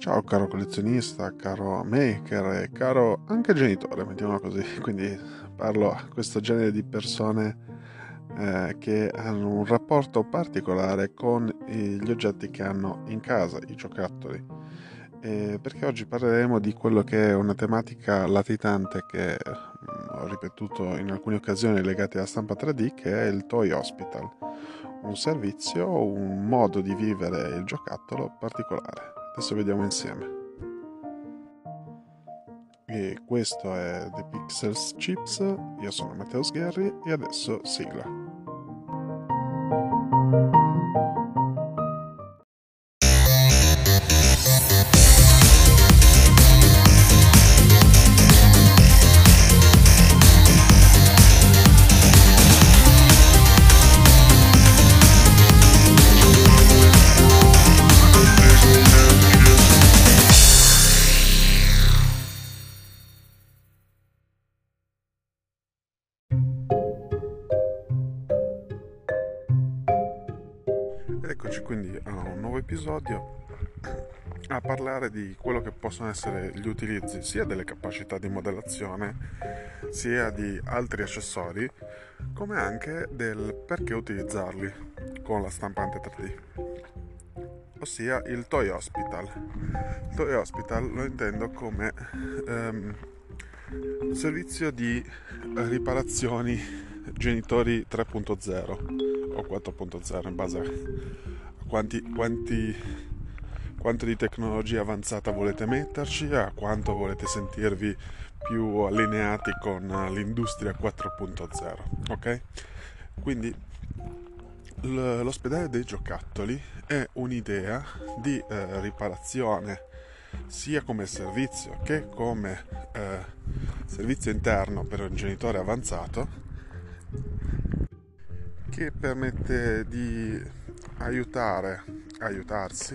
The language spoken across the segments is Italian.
Ciao caro collezionista, caro maker e caro anche genitore, mettiamola così. Quindi parlo a questo genere di persone che hanno un rapporto particolare con gli oggetti che hanno in casa, i giocattoli. Perché oggi parleremo di quello che è una tematica latitante che ho ripetuto in alcune occasioni legate alla stampa 3D, che è il Toy Hospital, un servizio, un modo di vivere il giocattolo particolare. Adesso vediamo insieme. E questo è The Pixels Chips, io sono Matteo Sgherri e adesso sigla. Ed eccoci quindi a un nuovo episodio a parlare di quello che possono essere gli utilizzi sia delle capacità di modellazione sia di altri accessori, come anche del perché utilizzarli con la stampante 3D, ossia il Toy Hospital. Il Toy Hospital lo intendo come servizio di riparazioni genitori 3.0 o 4.0 in base a quanto di tecnologia avanzata volete metterci, a quanto volete sentirvi più allineati con l'industria 4.0, ok? Quindi l'ospedale dei giocattoli è un'idea di riparazione sia come servizio che come servizio interno per un genitore avanzato, che permette di aiutarsi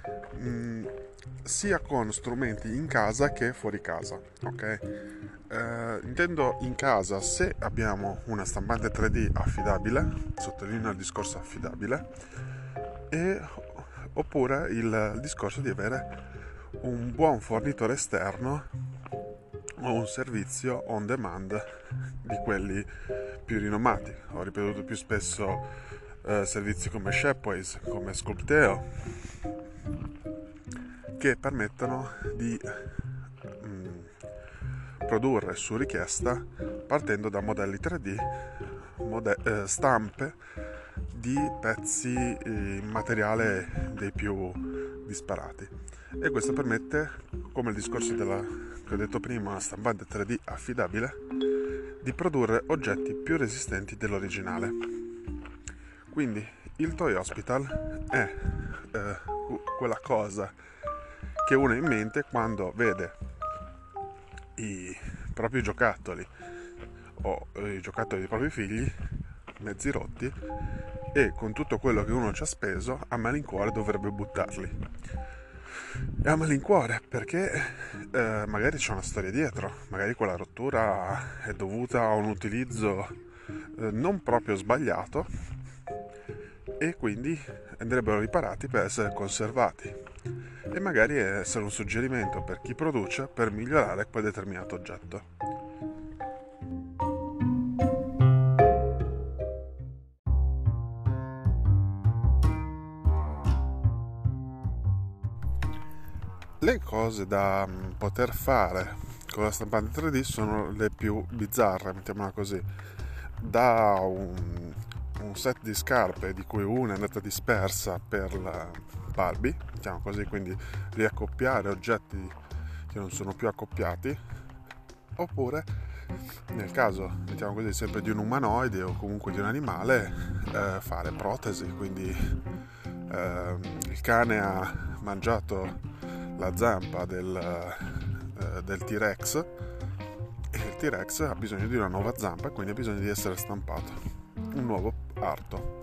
sia con strumenti in casa che fuori casa, ok? Intendo in casa se abbiamo una stampante 3D affidabile, sottolineo il discorso affidabile, e oppure il discorso di avere un buon fornitore esterno o un servizio on demand di quelli più rinomati. Ho ripetuto più spesso servizi come Shapeways, come Sculpteo, che permettono di produrre su richiesta, partendo da modelli 3D, stampe di pezzi in materiale dei più disparati. E questo permette, come il discorso che ho detto prima, una stampante 3D affidabile, di produrre oggetti più resistenti dell'originale. Quindi il Toy Hospital è quella cosa che uno ha in mente quando vede i propri giocattoli o i giocattoli dei propri figli mezzi rotti, e con tutto quello che uno ci ha speso a malincuore dovrebbe buttarli. E a malincuore perché magari c'è una storia dietro, magari quella rottura è dovuta a un utilizzo non proprio sbagliato, e quindi andrebbero riparati per essere conservati e magari essere un suggerimento per chi produce per migliorare quel determinato oggetto. Le cose da poter fare con la stampante 3D sono le più bizzarre, mettiamola così. Da un set di scarpe di cui una è andata dispersa per la Barbie, mettiamo così, quindi riaccoppiare oggetti che non sono più accoppiati, oppure nel caso, mettiamo così, sempre di un umanoide o comunque di un animale, fare protesi, quindi il cane ha mangiato la zampa del T-Rex e il T-Rex ha bisogno di una nuova zampa e quindi ha bisogno di essere stampato, un nuovo arto,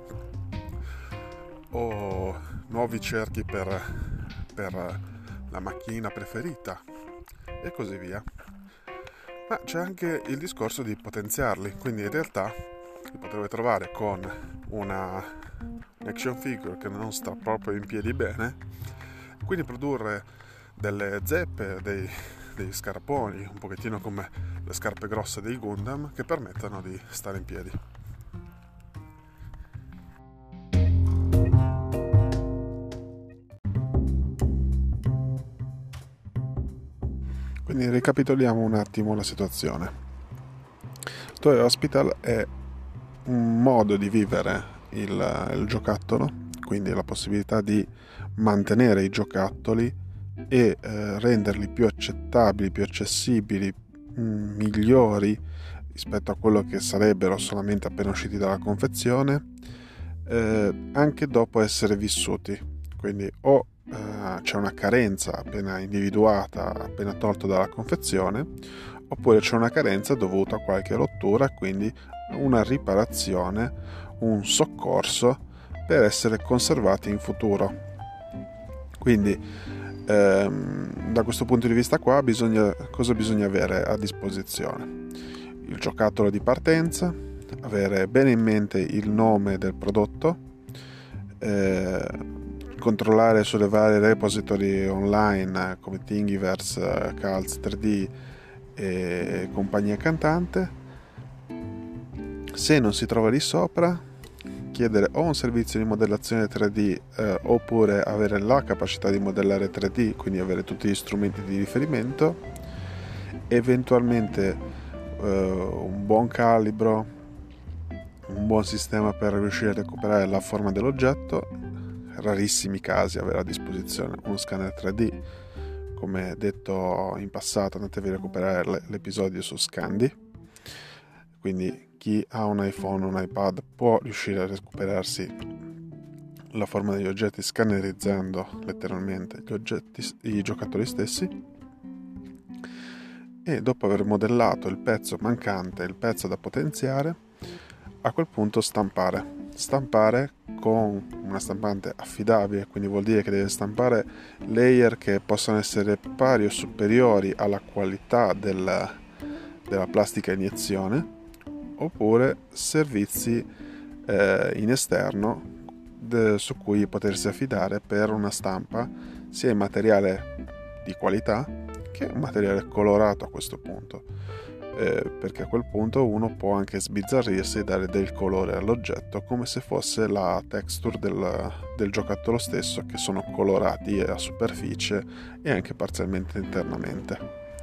o nuovi cerchi per la macchina preferita e così via. Ma c'è anche il discorso di potenziarli, quindi in realtà li potrete trovare con un action figure che non sta proprio in piedi bene, quindi produrre delle zeppe, degli scarponi, un pochettino come le scarpe grosse dei Gundam, che permettono di stare in piedi. Quindi ricapitoliamo un attimo la situazione. Toy Hospital è un modo di vivere il giocattolo, quindi la possibilità di mantenere i giocattoli e renderli più accettabili, più accessibili, migliori rispetto a quello che sarebbero solamente appena usciti dalla confezione, anche dopo essere vissuti. Quindi c'è una carenza appena individuata, appena tolto dalla confezione, oppure c'è una carenza dovuta a qualche rottura, quindi una riparazione, un soccorso per essere conservati in futuro. Quindi da questo punto di vista qua cosa bisogna avere a disposizione? Il giocattolo di partenza, avere bene in mente il nome del prodotto, controllare sulle varie repository online come Thingiverse, Calz 3D e compagnia cantante. Se non si trova lì sopra, chiedere o un servizio di modellazione 3D oppure avere la capacità di modellare 3D, quindi avere tutti gli strumenti di riferimento, eventualmente un buon calibro, un buon sistema per riuscire a recuperare la forma dell'oggetto, rarissimi casi avere a disposizione uno scanner 3D, come detto in passato andatevi a recuperare l'episodio su Scandi, quindi chi ha un iPhone o un iPad può riuscire a recuperarsi la forma degli oggetti scannerizzando letteralmente i giocattoli stessi, e dopo aver modellato il pezzo mancante, il pezzo da potenziare, a quel punto stampare con una stampante affidabile, quindi vuol dire che deve stampare layer che possano essere pari o superiori alla qualità della plastica iniezione, oppure servizi in esterno su cui potersi affidare per una stampa sia in materiale di qualità che un materiale colorato a questo punto, perché a quel punto uno può anche sbizzarrirsi e dare del colore all'oggetto come se fosse la texture del giocattolo stesso, che sono colorati a superficie e anche parzialmente internamente.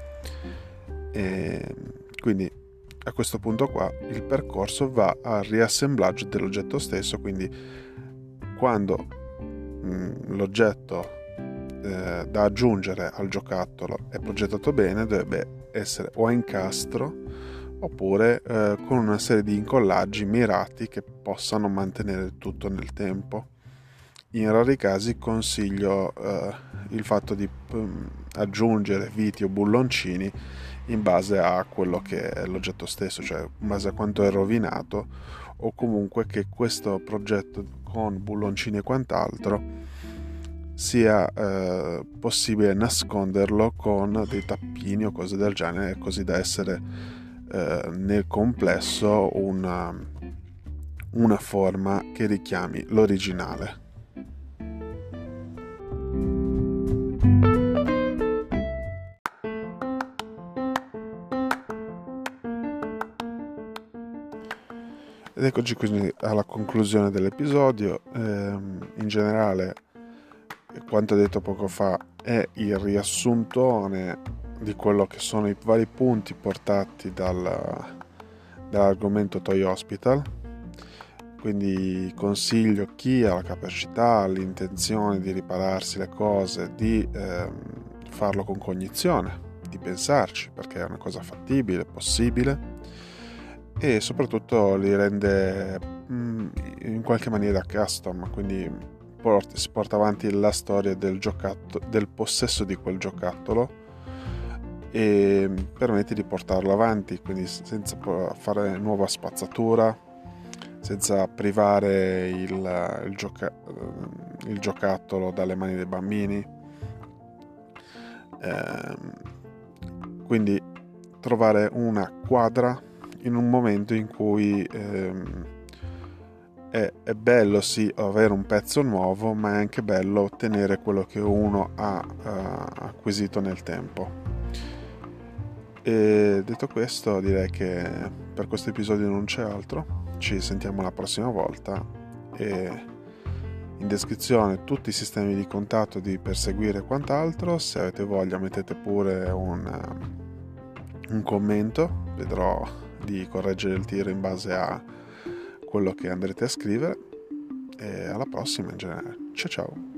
E quindi a questo punto qua il percorso va al riassemblaggio dell'oggetto stesso, quindi quando l'oggetto da aggiungere al giocattolo è progettato bene, dovrebbe essere o a incastro oppure con una serie di incollaggi mirati che possano mantenere tutto nel tempo. In rari casi consiglio il fatto di aggiungere viti o bulloncini in base a quello che è l'oggetto stesso, cioè in base a quanto è rovinato, o comunque che questo progetto con bulloncini e quant'altro sia possibile nasconderlo con dei tappini o cose del genere, così da essere nel complesso una forma che richiami l'originale. Ed eccoci quindi alla conclusione dell'episodio. In generale, quanto detto poco fa è il riassuntone di quello che sono i vari punti portati dall'argomento Toy Hospital. Quindi consiglio chi ha la capacità, l'intenzione di ripararsi le cose, di farlo con cognizione, di pensarci, perché è una cosa fattibile, possibile, e soprattutto li rende in qualche maniera custom, quindi si porta avanti la storia del possesso di quel giocattolo e permette di portarlo avanti, quindi senza fare nuova spazzatura, senza privare il giocattolo dalle mani dei bambini. Quindi trovare una quadra in un momento in cui è bello sì avere un pezzo nuovo, ma è anche bello ottenere quello che uno ha acquisito nel tempo. E detto questo, direi che per questo episodio non c'è altro. Ci sentiamo la prossima volta e in descrizione tutti i sistemi di contatto di Perseguire e quant'altro. Se avete voglia mettete pure un commento, vedrò di correggere il tiro in base a quello che andrete a scrivere, e alla prossima in generale. Ciao ciao.